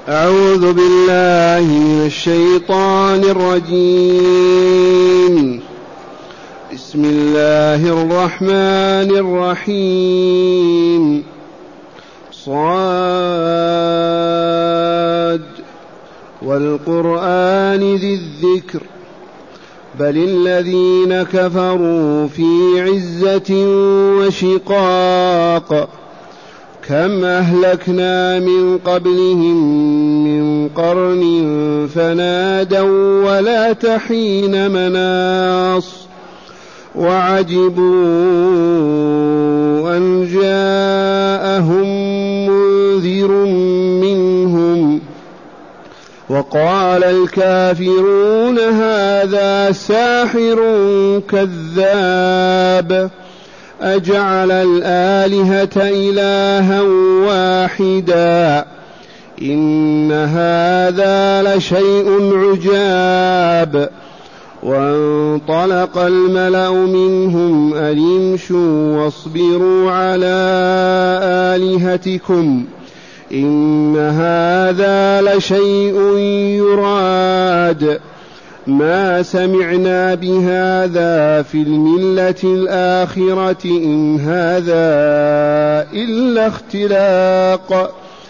أعوذ بالله من الشيطان الرجيم. بسم الله الرحمن الرحيم. صاد والقرآن ذي الذكر بل الذين كفروا في عزة وشقاق كم أهلكنا من قبلهم من قرن فنادوا ولا تحين مناص وعجبوا أن جاءهم منذر منهم وقال الكافرون هذا ساحر كذاب أجعل الآلهة إلها واحدا إن هذا لشيء عجاب. وانطلق الملأ منهم أن امشوا واصبروا على آلهتكم إن هذا لشيء يراد ما سمعنا بهذا في الملة الآخرة إن هذا إلا اختلاق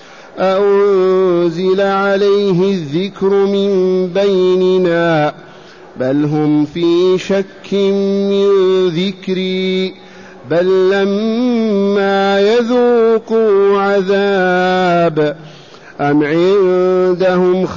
أنزل عليه الذكر من بيننا بل هم في شك من ذكري بل لما يذوقوا عذاب أم عندهم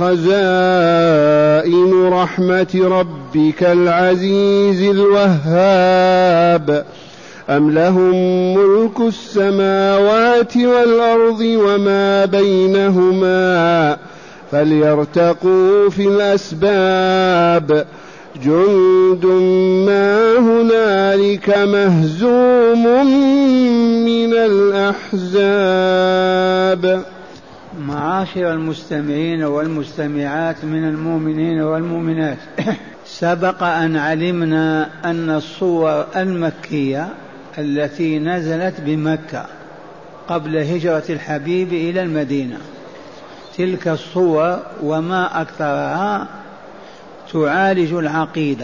خزائن رحمة ربك العزيز الوهاب أم لهم ملك السماوات والأرض وما بينهما فليرتقوا في الأسباب جند ما هنالك مهزوم من الأحزاب. معاشر المستمعين والمستمعات من المؤمنين والمؤمنات، سبق أن علمنا أن الصور المكية التي نزلت بمكة قبل هجرة الحبيب إلى المدينة، تلك الصور وما أكثرها تعالج العقيدة،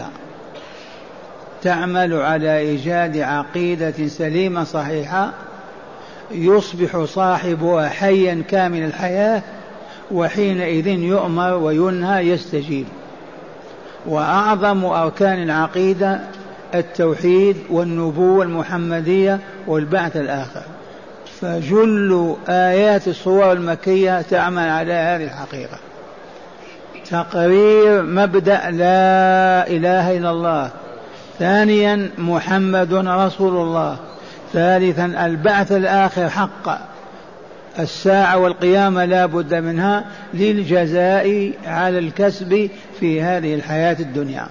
تعمل على إيجاد عقيدة سليمة صحيحة يصبح صاحبها حيا كامل الحياة، وحينئذ يؤمر وينهى يستجيب. وأعظم أركان العقيدة التوحيد والنبوة المحمدية والبعث الآخر، فجل آيات الصور المكية تعمل على هذه الحقيقة. تقرير مبدأ لا إله إلا الله، ثانيا محمد رسول الله، ثالثا البعث الآخر حق، الساعة والقيامة لا بد منها للجزاء على الكسب في هذه الحياة الدنيا.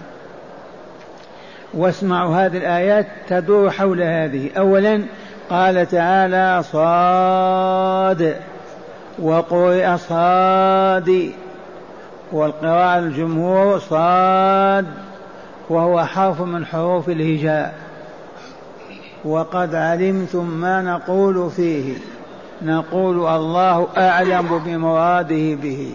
واسمعوا هذه الآيات تدور حول هذه. أولا قال تعالى صاد، وقرئ صاد، والقراءة الجمهور صاد، وهو حرف من حروف الهجاء. وقد علمتم ما نقول فيه، نقول الله أعلم بمراده به.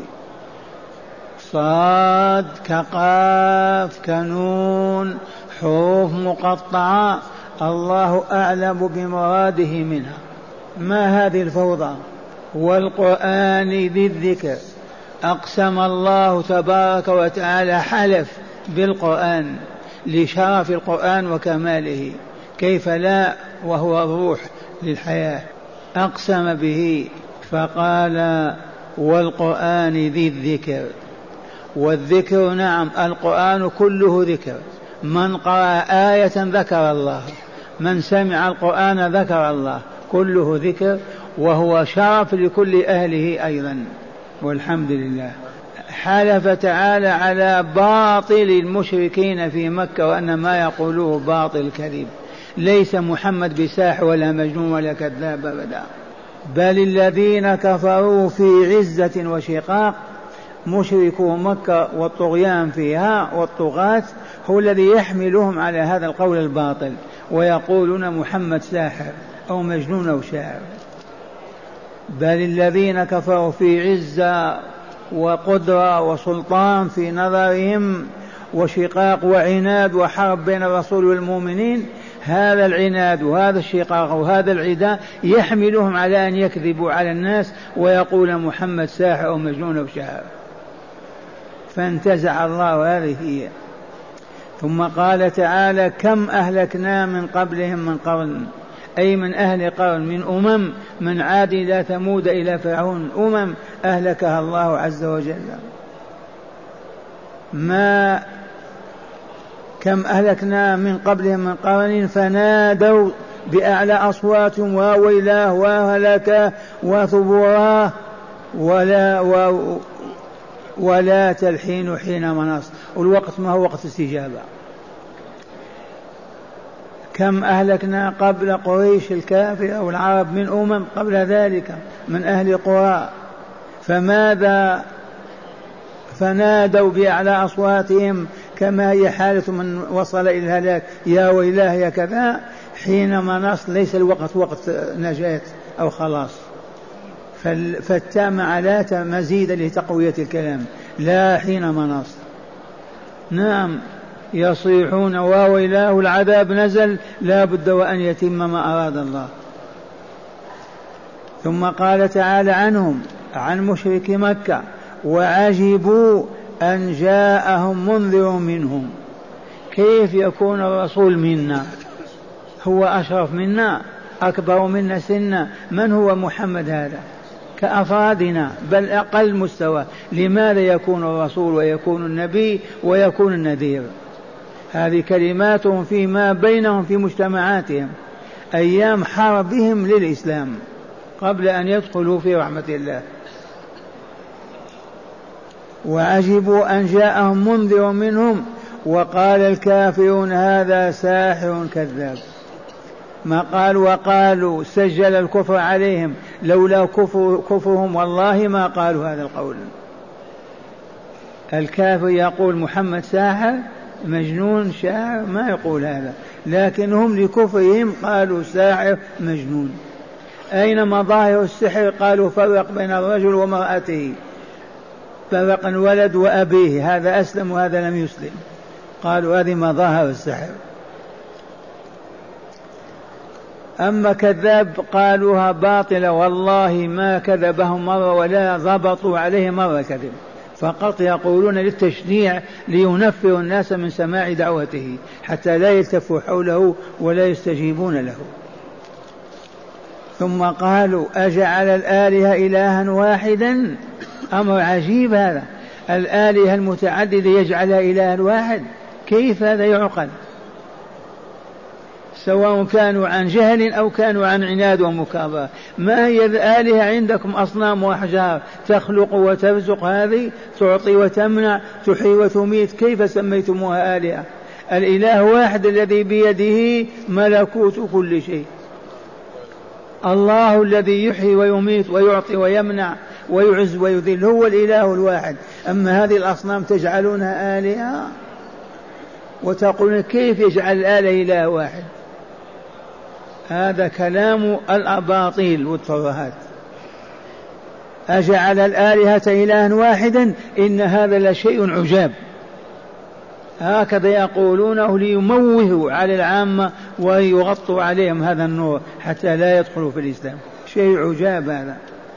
صاد كقاف كنون حروف مقطعة، الله أعلم بمراده منها. ما هذه الفوضى؟ والقرآن ذي الذكر، أقسم الله تبارك وتعالى، حلف بالقرآن لشرف القرآن وكماله، كيف لا وهو الروح للحياة، أقسم به فقال والقرآن ذي الذكر. والذكر نعم القرآن كله ذكر، من قرأ آية ذكر الله، من سمع القرآن ذكر الله، كله ذكر، وهو شرف لكل أهله أيضا، والحمد لله. حلف تعالى على باطل المشركين في مكة وأن ما يقولوه باطل كذب، ليس محمد بساحر ولا مجنون ولا كذاب أبدا، بل الذين كفروا في عزة وشقاق. مشركو مكة والطغيان فيها والطغاة هو الذي يحملهم على هذا القول الباطل، ويقولون محمد ساحر أو مجنون أو شاعر. بل الذين كفروا في عزة وقدرة وسلطان في نظرهم، وشقاق وعناد وحرب بين الرسول والمؤمنين. هذا العناد وهذا الشقاق وهذا العداء يحملهم على أن يكذبوا على الناس ويقول محمد ساحر أو مجنون أو شاعر، فانتزع الله. هذه هي. ثم قال تعالى: كم أهلكنا من قبلهم من قرن، أي من أهل قرن، من أمم، من عاد إلى ثمود إلى فرعون، أمم أهلكها الله عز وجل. ما كم أهلكنا من قبلهم من قرن فنادوا بأعلى أصواتهم وويلاه وهلكاه وثبوراه ولا تلحين حين مناص. والوقت ما هو وقت استجابة. كم أهلكنا قبل قريش الكافرة والعرب من أمم قبل ذلك من أهل قرى، فماذا؟ فنادوا بأعلى أصواتهم كما هي حالة من وصل إلى الهلاك: يا ويلاه يا كذا. حين مناص ليس الوقت وقت نجاة أو خلاص، فالتام على مزيد لتقوية الكلام، لا حين مناص. نعم، يصيحون وويلاه، العذاب نزل، لا بد وأن يتم ما أراد الله. ثم قال تعالى عنهم، عن مشرك مكة: وعجبوا أن جاءهم منذر منهم. كيف يكون الرسول منا؟ هو أشرف منا، أكبر منا سنا. من هو محمد هذا؟ كأفرادنا بل أقل مستوى. لماذا يكون الرسول ويكون النبي ويكون النذير؟ هذه كلماتهم فيما بينهم في مجتمعاتهم أيام حربهم للإسلام قبل أن يدخلوا في رحمة الله. وعجبوا أن جاءهم منذر منهم وقال الكافرون هذا ساحر كذاب. ما قالوا وقالوا سجل الكفر عليهم، لولا كفرهم والله ما قالوا هذا القول. الكافر يقول محمد ساحر مجنون شاعر، ما يقول هذا، لكنهم لكفرهم قالوا ساحر مجنون. أين مظاهر السحر؟ قالوا فرق بين الرجل ومرأته، فرق الولد وأبيه، هذا أسلم وهذا لم يسلم. قالوا هذه مظاهر السحر. أما كذاب قالوها باطلة، والله ما كذبهم مرة ولا ضبطوا عليه مرة كذب، فقط يقولون للتشنيع لينفروا الناس من سماع دعوته حتى لا يلتفوا حوله ولا يستجيبون له. ثم قالوا أجعل الآلهة إلها واحدا. أمر عجيب هذا، الآلهة المتعددة يجعلها إلها واحد، كيف هذا يعقل؟ سواء كانوا عن جهل أو كانوا عن عناد ومكابرة. ما هي الآلهة عندكم؟ أصنام وأحجار تخلق وترزق، هذه تعطي وتمنع، تحيي وتميت، كيف سميتموها آلهة؟ الإله واحد الذي بيده ملكوت كل شيء، الله الذي يحيي ويميت ويعطي ويمنع ويعز ويذل، هو الإله الواحد. أما هذه الأصنام تجعلونها آلهة وتقولون كيف يجعل الآلهة إله واحد؟ هذا كلام الأباطيل والترهات. أجعل الآلهة إلها واحدا، إن هذا لشيء عجاب. هكذا يقولونه ليموهوا على العامة ويغطوا عليهم هذا النور حتى لا يدخلوا في الإسلام، شيء عجاب هذا.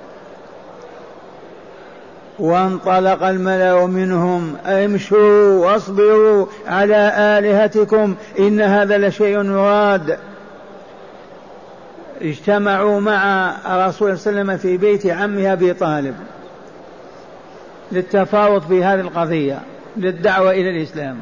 وانطلق الملأ منهم امشوا واصبروا على آلهتكم إن هذا لشيء يراد. اجتمعوا مع الرسول صلى الله عليه وسلم في بيت عمه أبي طالب للتفاوض في هذه القضية، للدعوة إلى الإسلام.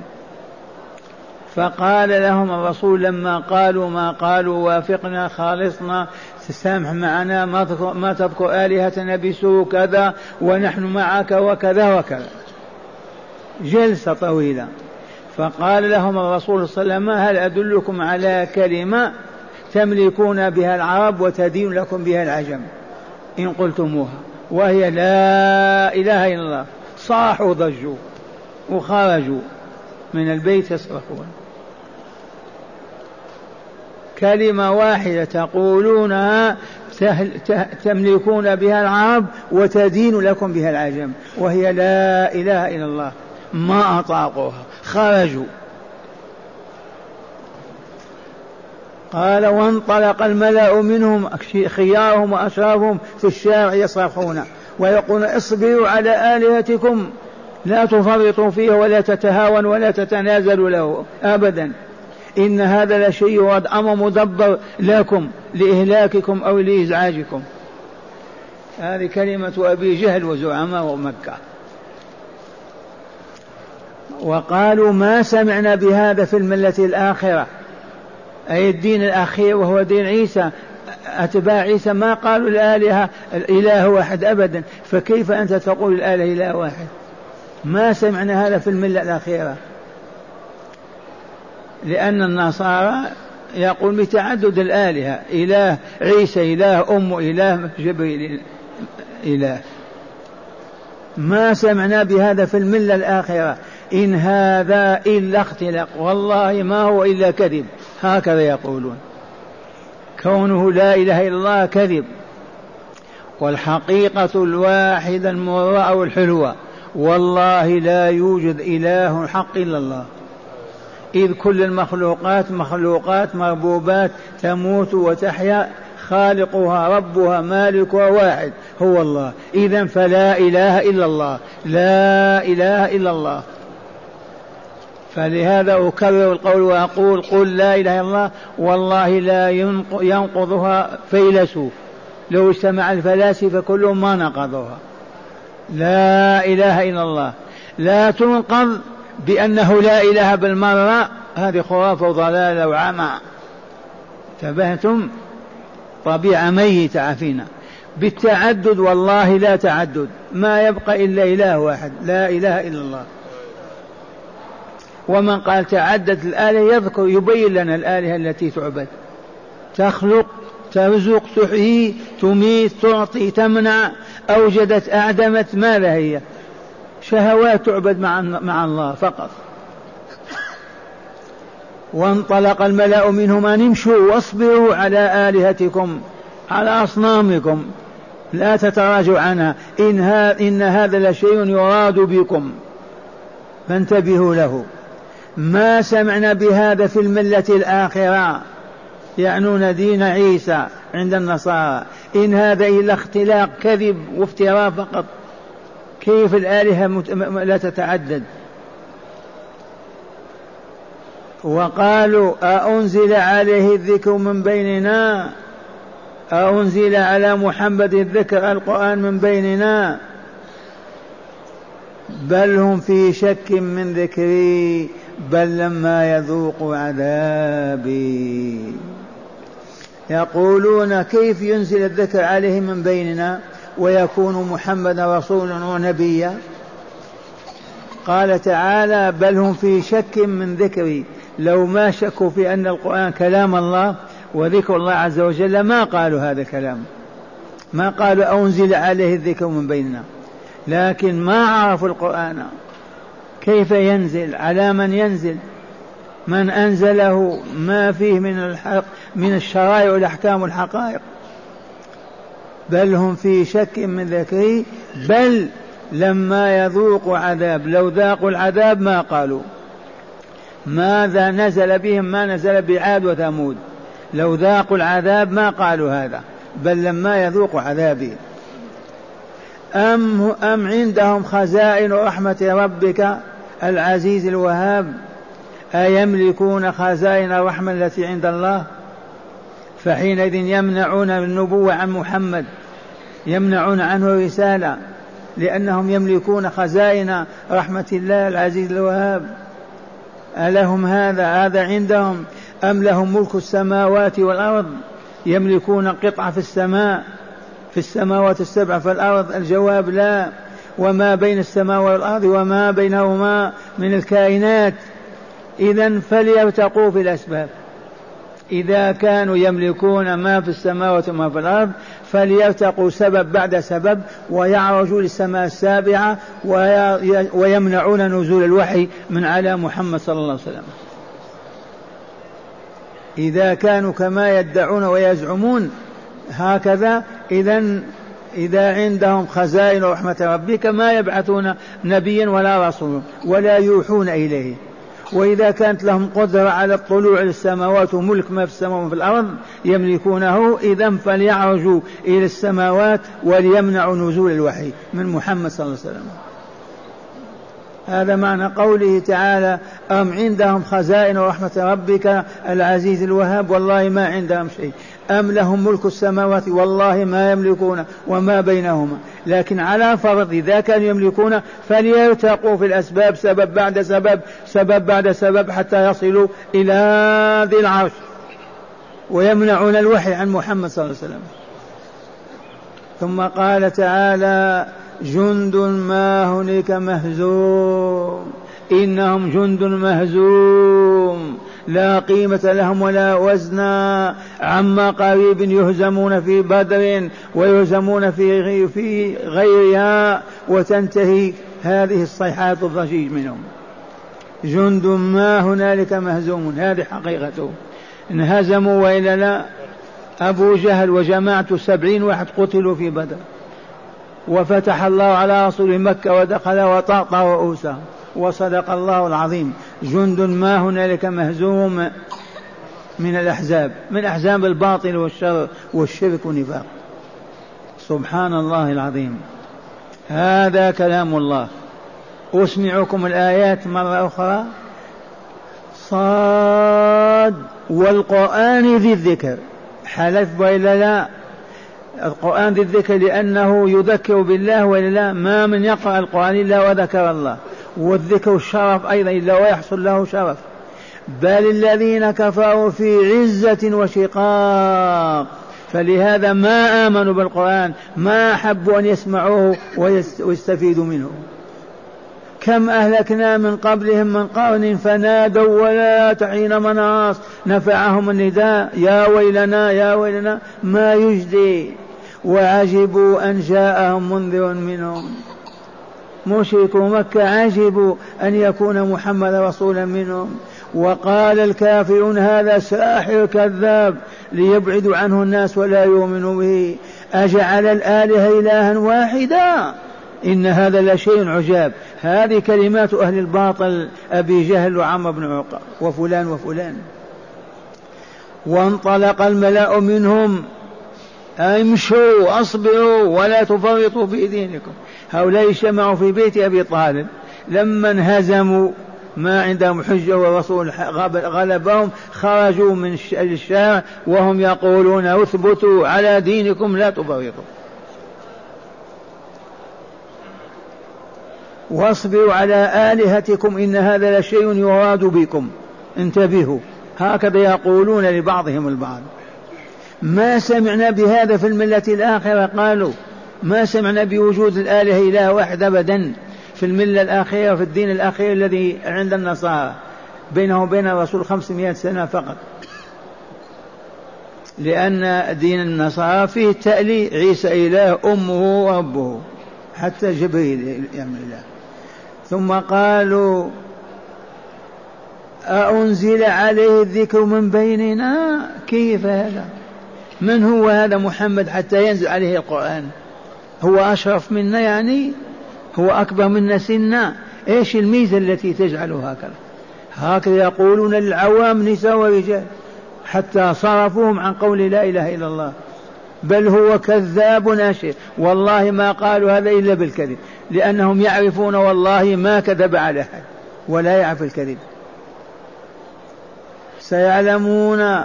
فقال لهم الرسول لما قالوا ما قالوا وافقنا خالصنا تسامح معنا ما تذكر آلهتنا بسوء كذا ونحن معك وكذا وكذا، جلسة طويلة. فقال لهم الرسول صلى الله عليه وسلم هل أدلكم على كلمة تملكون بها العرب وتدين لكم بها العجم إن قلتموها، وهي لا إله إلا الله. صاحوا ضجوا وخرجوا من البيت يصرخون. كلمة واحدة تقولونها تملكون بها العرب وتدين لكم بها العجم، وهي لا إله إلا الله. ما أطاقوها، خرجوا. قال وانطلق الملأ منهم خيارهم وأشرافهم في الشارع يصرخون ويقولون اصبروا على آلهتكم لا تفرطوا فيها ولا تتهاونوا ولا تتنازلوا له أبدا، إن هذا لشيء يراد أمر مدبر لكم لإهلاككم أو لإزعاجكم. هذه كلمة أبي جهل وزعماء مكة. وقالوا ما سمعنا بهذا في الملة الآخرة، أي الدين الأخير وهو دين عيسى. أتباع عيسى ما قالوا الآلهة الإله واحد أبدا، فكيف أنت تقول الآلهة إله واحد؟ ما سمعنا هذا في الملة الأخيرة. لأن النصارى يقول بتعدد الآلهة، إله عيسى إله، أم إله، جبريل إله. ما سمعنا بهذا في الملة الآخرة، إن هذا إلا اختلاق، والله ما هو إلا كذب. هكذا يقولون، كونه لا إله إلا الله كذب. والحقيقة الواحدة المرة والحلوة، والله لا يوجد إله حق إلا الله، إذ كل المخلوقات مخلوقات مربوبات تموت وتحيا، خالقها ربها مالكها واحد هو الله. إذن فلا إله إلا الله، لا إله إلا الله. فلهذا أكرر القول وأقول قل لا إله إلا الله، والله لا ينقضها فيلسوف، لو اجتمع الفلاسفة كلهم ما نقضوها. لا إله إلا الله لا تنقض بأنه لا إله بالمرة، هذه خرافة وضلال وعمى. تبهتم، طبيعة ميتة عفينا. بالتعدد والله لا تعدد، ما يبقى إلا إله واحد، لا إله إلا الله. ومن قال تعدد الآلهة يذكر يبين لنا الآلهة التي تعبد، تخلق ترزق تحيي تميت تعطي تمنع، أوجدت أعدمت، ماذا هي؟ شهوات تعبد مع الله فقط. وانطلق الملأ منهم أن امشوا واصبروا على آلهتكم، على أصنامكم، لا تتراجعوا عنها، إن هذا لشيء يراد بكم فانتبهوا له. ما سمعنا بهذا في الملة الآخرة، يعنون دين عيسى عند النصارى، إن هذا إلا اختلاق كذب وافتراء فقط. كيف الآلهة لا تتعدد؟ وقالوا أأنزل عليه الذكر من بيننا، أأنزل على محمد الذكر القرآن من بيننا، بل هم في شك من ذكري، بل لما يذوقوا عذابي. يقولون كيف ينزل الذكر عليه من بيننا ويكون محمد رسولا ونبيا؟ قال تعالى بل هم في شك من ذكري. لو ما شكوا في أن القرآن كلام الله وذكر الله عز وجل ما قالوا هذا الكلام، ما قالوا أنزل عليه الذكر من بيننا، لكن ما عرفوا القرآن كيف ينزل، على من ينزل، من أنزله، ما فيه من الحق من الشرائع والأحكام والحقائق. بل هم في شك من ذكري، بل لما يذوقوا عذاب، لو ذاقوا العذاب ما قالوا. ماذا نزل بهم؟ ما نزل بعاد وثمود، لو ذاقوا العذاب ما قالوا هذا، بل لما يذوقوا عذابي. أم عندهم خزائن رحمة ربك العزيز الوهاب، أيملكون خزائن الرحمة التي عند الله؟ فحينئذ يمنعون النبوة عن محمد، يمنعون عنه الرسالة، لأنهم يملكون خزائن رحمة الله العزيز الوهاب. ألهم هذا عندهم؟ أم لهم ملك السماوات والأرض، يملكون قطعة في السماء، في السماوات السبع في الأرض؟ الجواب لا. وما بين السماء والأرض وما بينهما من الكائنات. إذن فليرتقوا في الأسباب، إذا كانوا يملكون ما في السماوات وما في الأرض فليرتقوا سبب بعد سبب ويعرجوا للسماء السابعة ويمنعون نزول الوحي من على محمد صلى الله عليه وسلم. إذا كانوا كما يدعون ويزعمون هكذا إذا عندهم خزائن رحمة ربك ما يبعثون نبيا ولا رسولا ولا يوحون إليه. وإذا كانت لهم قدرة على الطلوع للسماوات وملك ما في السماء وفي الأرض يملكونه، إذا فليعرجوا إلى السماوات وليمنعوا نزول الوحي من محمد صلى الله عليه وسلم. هذا معنى قوله تعالى أم عندهم خزائن رحمة ربك العزيز الوهاب والله ما عندهم شيء، أم لهم ملك السماوات والله ما يملكون وما بينهما. لكن على فرض إذا كانوا يملكون فليرتقوا في الأسباب سبب بعد سبب سبب بعد سبب حتى يصلوا إلى ذي العرش ويمنعون الوحي عن محمد صلى الله عليه وسلم. ثم قال تعالى جند ما هناك مهزوم، إنهم جند مهزوم لا قيمة لهم ولا وزنا، عما قريب يهزمون في بدر ويهزمون في غيرها وتنتهي هذه الصيحات الضجيج منهم. جند ما هنالك مهزوم، هذه حقيقته، انهزموا وإلا لا. أبو جهل وجماعة 70 واحد قتلوا في بدر، وفتح الله على رسول مكة ودخل وطاط رؤوسهم، وصدق الله العظيم. جند ما هنالك مهزوم من الأحزاب، من أحزاب الباطل والشر والشرك والنفاق. سبحان الله العظيم. هذا كلام الله. أسمعكم الآيات مرة أخرى. صاد والقرآن ذي الذكر، حلف وإلا لا؟ القرآن ذي الذكر لأنه يذكر بالله وإلا لا؟ ما من يقرأ القرآن إلا وذكر الله، والذكر الشرف أيضا إلا ويحصل له شرف. بل الذين كفروا في عزة وشقاق، فلهذا ما آمنوا بالقرآن، ما أحبوا أن يسمعوه ويستفيدوا منه. كم أهلكنا من قبلهم من قرن فنادوا ولا حين مناص نفعهم النداء يا ويلنا يا ويلنا ما يجدي. وعجبوا أن جاءهم منذر منهم، مشركوا مكة عجبوا أن يكون محمد رسولا منهم. وقال الكافرون هذا ساحر كذاب ليبعدوا عنه الناس ولا يؤمنوا به. أجعل الآلهة إلها واحدا إن هذا لشيء عجاب. هذه كلمات أهل الباطل، أبي جهل وعمرو بن عقبة وفلان وفلان. وانطلق الملأ منهم امشوا أصبروا ولا تفرطوا في دينكم. هؤلاء اجتمعوا في بيت أبي طالب لما انهزموا ما عندهم حجة والرسول غلبهم، خرجوا من الشارع وهم يقولون اثبتوا على دينكم لا تفرطوا واصبروا على آلهتكم إن هذا لشيء يراد بكم انتبهوا. هكذا يقولون لبعضهم البعض. ما سمعنا بهذا في الملة الآخرة، قالوا ما سمعنا بوجود الآلهة إله واحد أبدا في الملة الآخرة في الدين الأخير الذي عند النصارى بينه وبين الرسول 500 سنة فقط، لأن دين النصارى فيه التأليه، عيسى إله أمه وربه حتى جبريل يعمل الله. ثم قالوا أأنزل عليه الذكر من بيننا؟ كيف هذا؟ من هو هذا محمد حتى ينزل عليه القرآن؟ هو أشرف منا يعني؟ هو أكبر منا سنا؟ إيش الميزة التي تجعله هكذا؟ هكذا يقولون للعوام نساء ورجال حتى صرفوهم عن قول لا إله إلا الله. بل هو كذاب أشر، والله ما قالوا هذا إلا بالكذب، لأنهم يعرفون والله ما كذب على أحد ولا يعرف الكذب. سيعلمون.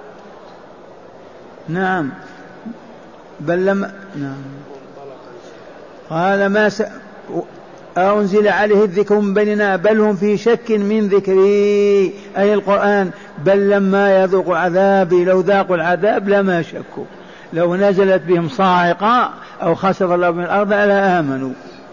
نعم بل لما نعم قال ما أنزل عليه الذكر من بيننا بل هم في شك من ذكري أي القرآن. بل لما يذوقوا عذابي لو ذاقوا العذاب لما شكوا، لو نزلت بهم صاعقة أو خسف الله من الأرض ألا آمنوا.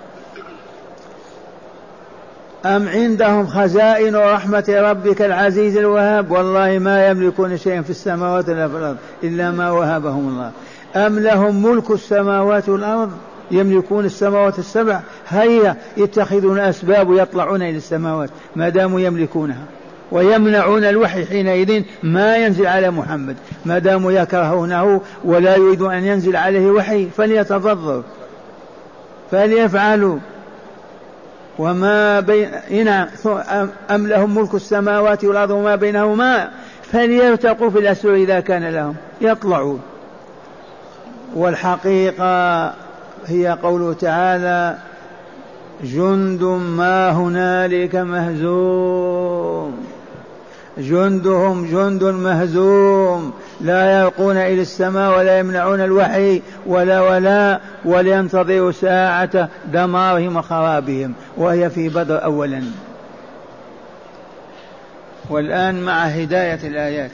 أم عندهم خزائن رحمة ربك العزيز الوهاب والله ما يملكون شيئا في السماوات ولا في الأرض إلا ما وهبهم الله. أم لهم ملك السماوات والأرض، يملكون السماوات السبع، هيا يتخذون أسباب ويطلعون إلى السماوات ما داموا يملكونها. ويمنعون الوحي حينئذ ما ينزل على محمد، ما داموا يكرهونه ولا يريدون أن ينزل عليه وحي فليتفضلوا فليفعلوا. وما بين أم لهم ملك السماوات والأرض وما بينهما فليرتقوا في الأسر إذا كان لهم يطلعوا. والحقيقة هي قوله تعالى جند ما هنالك مهزوم، جندهم جند مهزوم لا يلقون إلى السماء ولا يمنعون الوحي ولينتظروا ساعة دمارهم وخرابهم، وهي في بدر أولا. والآن مع هداية الآيات.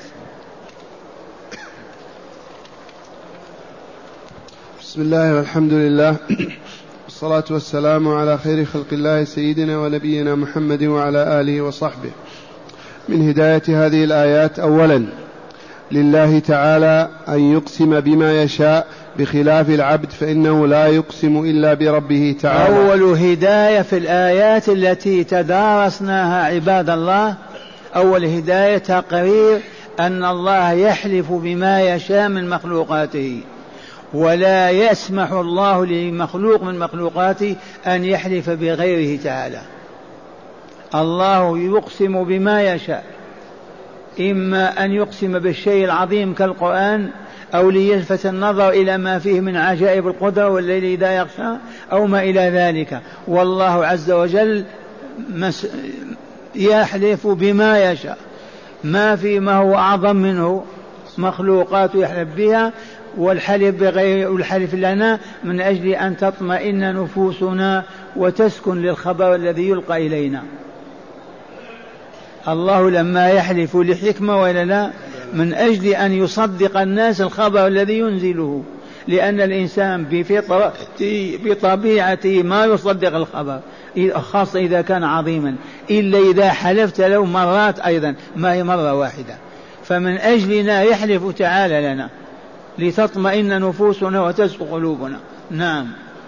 بسم الله والحمد لله والصلاة والسلام على خير خلق الله سيدنا ونبينا محمد وعلى آله وصحبه. من هداية هذه الآيات أولا لله تعالى أن يقسم بما يشاء بخلاف العبد فإنه لا يقسم إلا بربه تعالى. أول هداية في الآيات التي تدارسناها عباد الله، أول هداية تقرير أن الله يحلف بما يشاء من مخلوقاته، ولا يسمح الله لمخلوق من مخلوقاته أن يحلف بغيره تعالى. الله يقسم بما يشاء، إما أن يقسم بالشيء العظيم كالقرآن، أو ليلفت النظر إلى ما فيه من عجائب القدرة والليل إذا يغشى أو ما إلى ذلك. والله عز وجل يحلف بما يشاء، ما في ما هو أعظم منه مخلوقات يحلف بها. والحلف بغير الحلف لنا من أجل أن تطمئن نفوسنا وتسكن للخبر الذي يلقى إلينا. الله لما يحلف لحكمة ولا لا؟ من أجل أن يصدق الناس الخبر الذي ينزله، لأن الإنسان بطبيعته ما يصدق الخبر خاصة إذا كان عظيما، إلا إذا حلفت له مرات أيضا ما هي مرة واحدة. فمن أجلنا يحلف تعالى لنا لتطمئن نفوسنا وتزكو قلوبنا. نعم.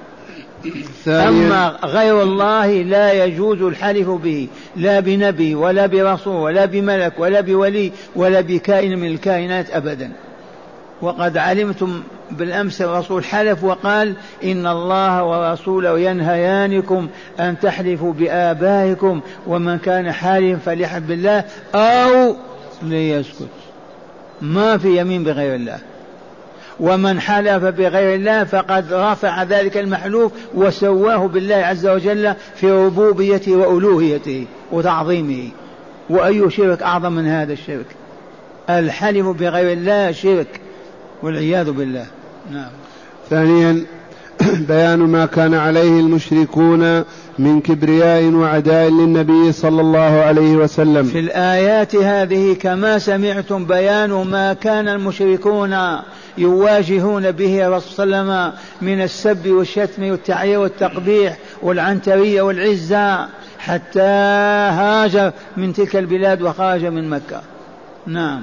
أما غير الله لا يجوز الحلف به، لا بنبي ولا برسول ولا بملك ولا بولي ولا بكائن من الكائنات أبدا. وقد علمتم بالأمس الرسول حلف وقال إن الله ورسوله ينهيانكم أن تحلفوا بآبائكم، ومن كان حالفا فليحلف بالله أو ليسكت. ما في يمين بغير الله، ومن حلف بغير الله فقد رفع ذلك المحلوف وسواه بالله عز وجل في ربوبيته وألوهيته وتعظيمه. وأي شرك أعظم من هذا الشرك؟ الحلف بغير الله شرك والعياذ بالله. نعم. ثانيا بيان ما كان عليه المشركون من كبرياء وعداء للنبي صلى الله عليه وسلم. في الآيات هذه كما سمعتم بيان ما كان المشركون يواجهون به الرسول صلى الله عليه وسلم من السب والشتم والتعيير والتقبيح والعنترية والعزة، حتى هاجر من تلك البلاد وخرج من مكة. نعم.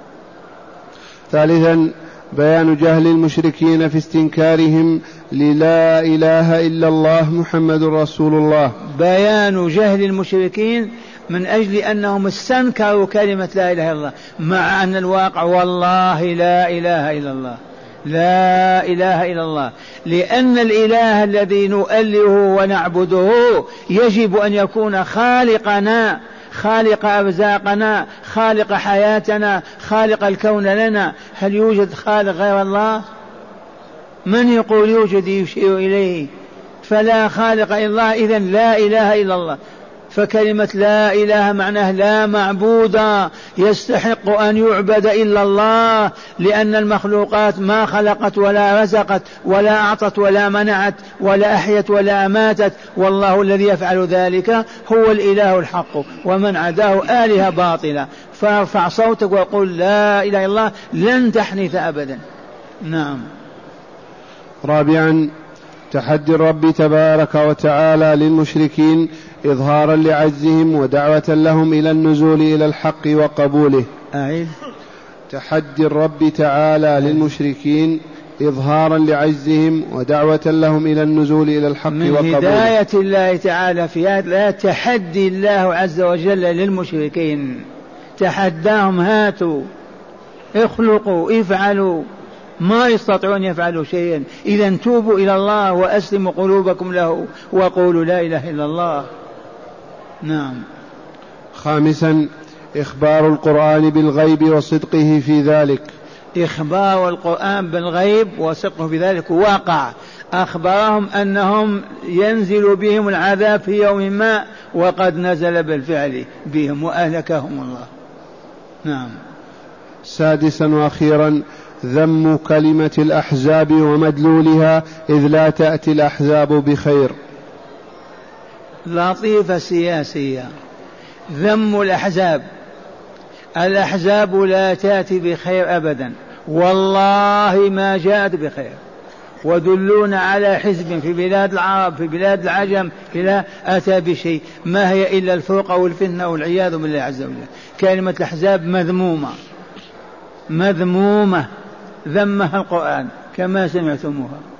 ثالثا بيان جهل المشركين في استنكارهم للا إله إلا الله محمد رسول الله. بيان جهل المشركين من أجل أنهم استنكروا كلمة لا إله إلا الله، مع أن الواقع والله لا إله إلا الله، لا إله إلا الله. لأن الإله الذي نؤله ونعبده يجب أن يكون خالقنا، خالق أرزاقنا، خالق حياتنا، خالق الكون لنا. هل يوجد خالق غير الله؟ من يقول يوجد يشير إليه؟ فلا خالق إلا الله، إذن لا إله إلا الله. فكلمة لا إله معناه لا معبود يستحق أن يعبد إلا الله، لأن المخلوقات ما خلقت ولا رزقت ولا أعطت ولا منعت ولا أحيت ولا أماتت، والله الذي يفعل ذلك هو الإله الحق، ومن عداه آلهة باطلة. فارفع صوتك وقل لا إله إلا الله لن تحنث أبدا. نعم. رابعا تحدي الرب تبارك وتعالى للمشركين إظهارا لعجزهم ودعوة لهم إلى النزول إلى الحق وقبوله. تحدي الرب تعالى للمشركين إظهارا لعجزهم ودعوة لهم إلى النزول إلى الحق وقبوله. من هداية الله تعالى في هذا لا تحدي الله عز وجل للمشركين تحداهم هاتوا اخلقوا افعلوا، ما يستطيعون يفعلوا شيئا. إذا توبوا إلى الله وأسلموا قلوبكم له وقولوا لا إله إلا الله. نعم. خامسا إخبار القرآن بالغيب وصدقه في ذلك. إخبار القرآن بالغيب وصدقه في ذلك واقع. أخبرهم أنهم ينزل بهم العذاب في يوم ما، وقد نزل بالفعل بهم وأهلكهم الله. نعم. سادسا وأخيرا ذم كلمة الأحزاب ومدلولها، إذ لا تأتي الأحزاب بخير. لطيفة سياسية، ذم الأحزاب. الأحزاب لا تأتي بخير أبدا، والله ما جاءت بخير. ودلون على حزب في بلاد العرب في بلاد العجم لا أتى بشيء، ما هي إلا الفرقة والفتنة والعياذ بالله عز وجل. كلمة الأحزاب مذمومة ذمها القرآن كما سمعتموها.